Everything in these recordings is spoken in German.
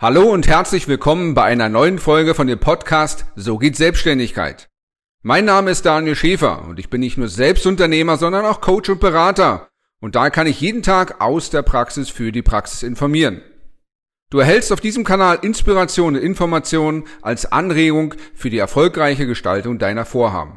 Hallo und herzlich willkommen bei einer neuen Folge von dem Podcast So geht Selbstständigkeit. Mein Name ist Daniel Schäfer und ich bin nicht nur Selbstunternehmer, sondern auch Coach und Berater. Und daher kann ich jeden Tag aus der Praxis für die Praxis informieren. Du erhältst auf diesem Kanal Inspiration und Informationen als Anregung für die erfolgreiche Gestaltung deiner Vorhaben.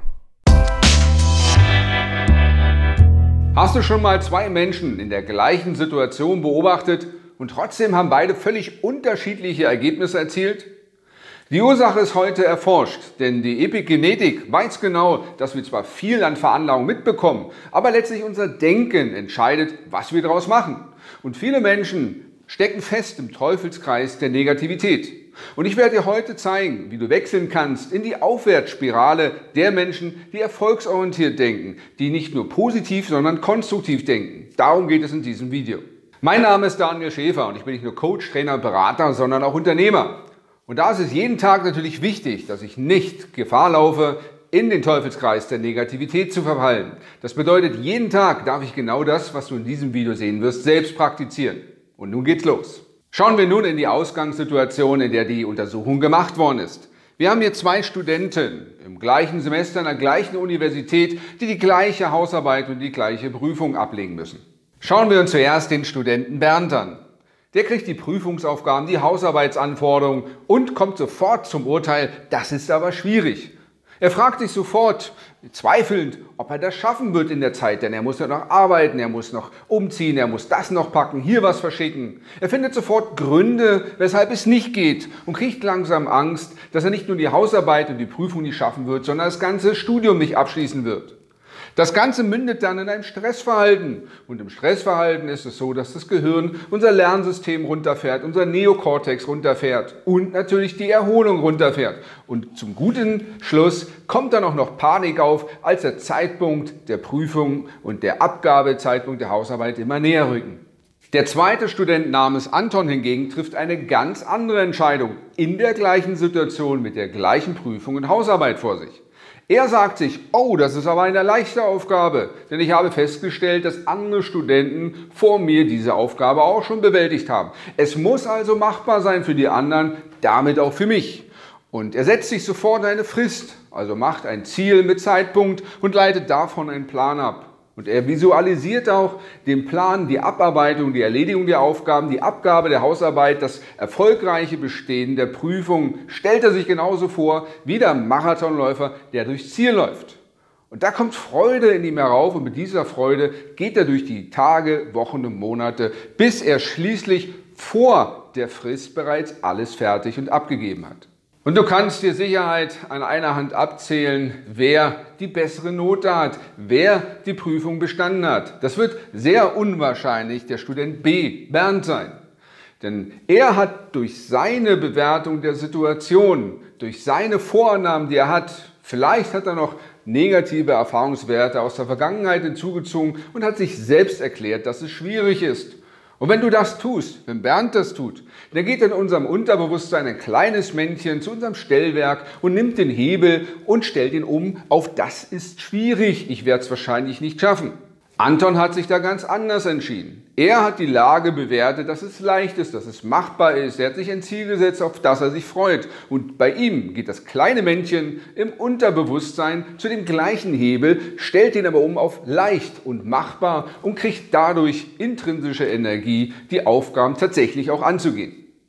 Hast du schon mal zwei Menschen in der gleichen Situation beobachtet und trotzdem haben beide völlig unterschiedliche Ergebnisse erzielt? Die Ursache ist heute erforscht, denn die Epigenetik weiß genau, dass wir zwar viel an Veranlagung mitbekommen, aber letztlich unser Denken entscheidet, was wir daraus machen. Und viele Menschen stecken fest im Teufelskreis der Negativität. Und ich werde dir heute zeigen, wie du wechseln kannst in die Aufwärtsspirale der Menschen, die erfolgsorientiert denken, die nicht nur positiv, sondern konstruktiv denken. Darum geht es in diesem Video. Mein Name ist Daniel Schäfer und ich bin nicht nur Coach, Trainer, Berater, sondern auch Unternehmer. Und da ist es jeden Tag natürlich wichtig, dass ich nicht Gefahr laufe, in den Teufelskreis der Negativität zu verfallen. Das bedeutet, jeden Tag darf ich genau das, was du in diesem Video sehen wirst, selbst praktizieren. Und nun geht's los. Schauen wir nun in die Ausgangssituation, in der die Untersuchung gemacht worden ist. Wir haben hier zwei Studenten im gleichen Semester an der gleichen Universität, die die gleiche Hausarbeit und die gleiche Prüfung ablegen müssen. Schauen wir uns zuerst den Studenten Bernd an. Der kriegt die Prüfungsaufgaben, die Hausarbeitsanforderungen und kommt sofort zum Urteil, das ist aber schwierig. Er fragt sich sofort, zweifelnd, ob er das schaffen wird in der Zeit, denn er muss ja noch arbeiten, er muss noch umziehen, er muss das noch packen, hier was verschicken. Er findet sofort Gründe, weshalb es nicht geht und kriegt langsam Angst, dass er nicht nur die Hausarbeit und die Prüfung nicht schaffen wird, sondern das ganze Studium nicht abschließen wird. Das Ganze mündet dann in einem Stressverhalten. Und im Stressverhalten ist es so, dass das Gehirn unser Lernsystem runterfährt, unser Neokortex runterfährt und natürlich die Erholung runterfährt. Und zum guten Schluss kommt dann auch noch Panik auf, als der Zeitpunkt der Prüfung und der Abgabezeitpunkt der Hausarbeit immer näher rücken. Der zweite Student namens Anton hingegen trifft eine ganz andere Entscheidung in der gleichen Situation mit der gleichen Prüfung und Hausarbeit vor sich. Er sagt sich, oh, das ist aber eine leichte Aufgabe, denn ich habe festgestellt, dass andere Studenten vor mir diese Aufgabe auch schon bewältigt haben. Es muss also machbar sein für die anderen, damit auch für mich. Und er setzt sich sofort eine Frist, also macht ein Ziel mit Zeitpunkt und leitet davon einen Plan ab. Und er visualisiert auch den Plan, die Abarbeitung, die Erledigung der Aufgaben, die Abgabe der Hausarbeit, das erfolgreiche Bestehen der Prüfung stellt er sich genauso vor wie der Marathonläufer, der durchs Ziel läuft. Und da kommt Freude in ihm herauf und mit dieser Freude geht er durch die Tage, Wochen und Monate, bis er schließlich vor der Frist bereits alles fertig und abgegeben hat. Und du kannst dir Sicherheit an einer Hand abzählen, wer die bessere Note hat, wer die Prüfung bestanden hat. Das wird sehr unwahrscheinlich der Student B, Bernd, sein. Denn er hat durch seine Bewertung der Situation, durch seine Vorannahmen, die er hat, vielleicht hat er noch negative Erfahrungswerte aus der Vergangenheit hinzugezogen und hat sich selbst erklärt, dass es schwierig ist. Und wenn du das tust, wenn Bernd das tut, dann geht in unserem Unterbewusstsein ein kleines Männchen zu unserem Stellwerk und nimmt den Hebel und stellt ihn um auf das ist schwierig, ich werde es wahrscheinlich nicht schaffen. Anton hat sich da ganz anders entschieden. Er hat die Lage bewertet, dass es leicht ist, dass es machbar ist. Er hat sich ein Ziel gesetzt, auf das er sich freut. Und bei ihm geht das kleine Männchen im Unterbewusstsein zu dem gleichen Hebel, stellt ihn aber um auf leicht und machbar und kriegt dadurch intrinsische Energie, die Aufgaben tatsächlich auch anzugehen.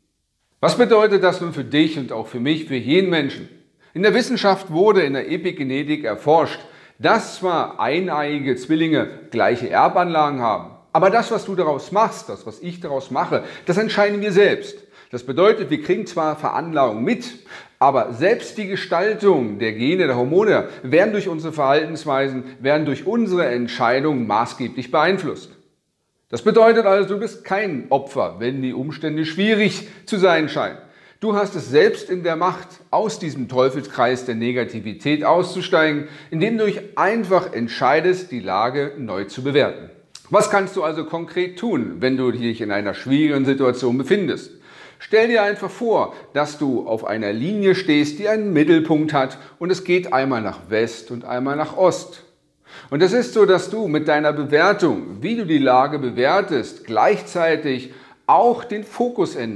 Was bedeutet das nun für dich und auch für mich, für jeden Menschen? In der Wissenschaft wurde in der Epigenetik erforscht, dass zwar eineiige Zwillinge gleiche Erbanlagen haben, aber das, was du daraus machst, das, was ich daraus mache, das entscheiden wir selbst. Das bedeutet, wir kriegen zwar Veranlagung mit, aber selbst die Gestaltung der Gene, der Hormone werden durch unsere Verhaltensweisen, werden durch unsere Entscheidungen maßgeblich beeinflusst. Das bedeutet also, du bist kein Opfer, wenn die Umstände schwierig zu sein scheinen. Du hast es selbst in der Macht, aus diesem Teufelskreis der Negativität auszusteigen, indem du dich einfach entscheidest, die Lage neu zu bewerten. Was kannst du also konkret tun, wenn du dich in einer schwierigen Situation befindest? Stell dir einfach vor, dass du auf einer Linie stehst, die einen Mittelpunkt hat und es geht einmal nach West und einmal nach Ost. Und es ist so, dass du mit deiner Bewertung, wie du die Lage bewertest, gleichzeitig auch den Fokus änderst.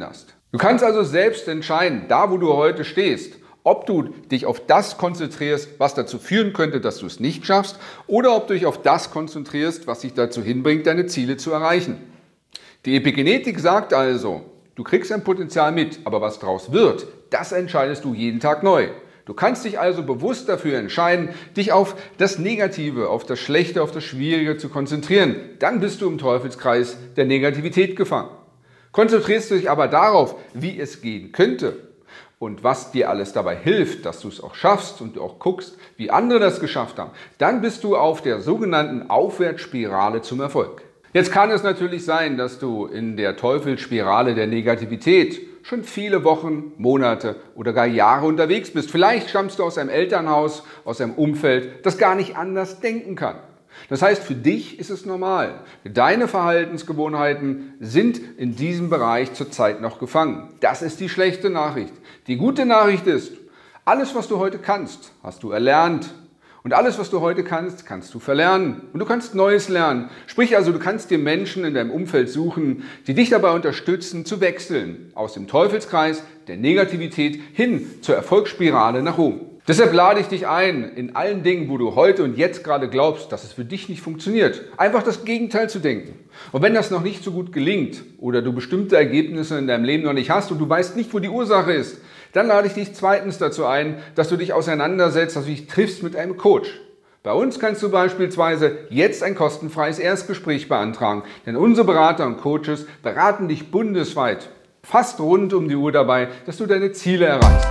Du kannst also selbst entscheiden, da wo du heute stehst, ob du dich auf das konzentrierst, was dazu führen könnte, dass du es nicht schaffst, oder ob du dich auf das konzentrierst, was dich dazu hinbringt, deine Ziele zu erreichen. Die Epigenetik sagt also, du kriegst ein Potenzial mit, aber was daraus wird, das entscheidest du jeden Tag neu. Du kannst dich also bewusst dafür entscheiden, dich auf das Negative, auf das Schlechte, auf das Schwierige zu konzentrieren. Dann bist du im Teufelskreis der Negativität gefangen. Konzentrierst du dich aber darauf, wie es gehen könnte und was dir alles dabei hilft, dass du es auch schaffst und du auch guckst, wie andere das geschafft haben, dann bist du auf der sogenannten Aufwärtsspirale zum Erfolg. Jetzt kann es natürlich sein, dass du in der Teufelsspirale der Negativität schon viele Wochen, Monate oder gar Jahre unterwegs bist. Vielleicht stammst du aus einem Elternhaus, aus einem Umfeld, das gar nicht anders denken kann. Das heißt, für dich ist es normal. Deine Verhaltensgewohnheiten sind in diesem Bereich zurzeit noch gefangen. Das ist die schlechte Nachricht. Die gute Nachricht ist, alles, was du heute kannst, hast du erlernt. Und alles, was du heute kannst, kannst du verlernen. Und du kannst Neues lernen. Sprich also, du kannst dir Menschen in deinem Umfeld suchen, die dich dabei unterstützen, zu wechseln. Aus dem Teufelskreis der Negativität hin zur Erfolgsspirale nach oben. Deshalb lade ich dich ein, in allen Dingen, wo du heute und jetzt gerade glaubst, dass es für dich nicht funktioniert, einfach das Gegenteil zu denken. Und wenn das noch nicht so gut gelingt oder du bestimmte Ergebnisse in deinem Leben noch nicht hast und du weißt nicht, wo die Ursache ist, dann lade ich dich zweitens dazu ein, dass du dich auseinandersetzt, dass du dich triffst mit einem Coach. Bei uns kannst du beispielsweise jetzt ein kostenfreies Erstgespräch beantragen, denn unsere Berater und Coaches beraten dich bundesweit, fast rund um die Uhr dabei, dass du deine Ziele erreichst.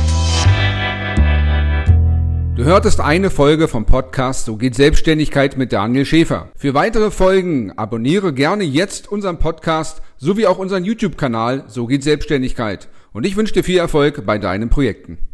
Du hörtest eine Folge vom Podcast So geht Selbstständigkeit mit Daniel Schäfer. Für weitere Folgen abonniere gerne jetzt unseren Podcast sowie auch unseren YouTube-Kanal So geht Selbstständigkeit. Und ich wünsche dir viel Erfolg bei deinen Projekten.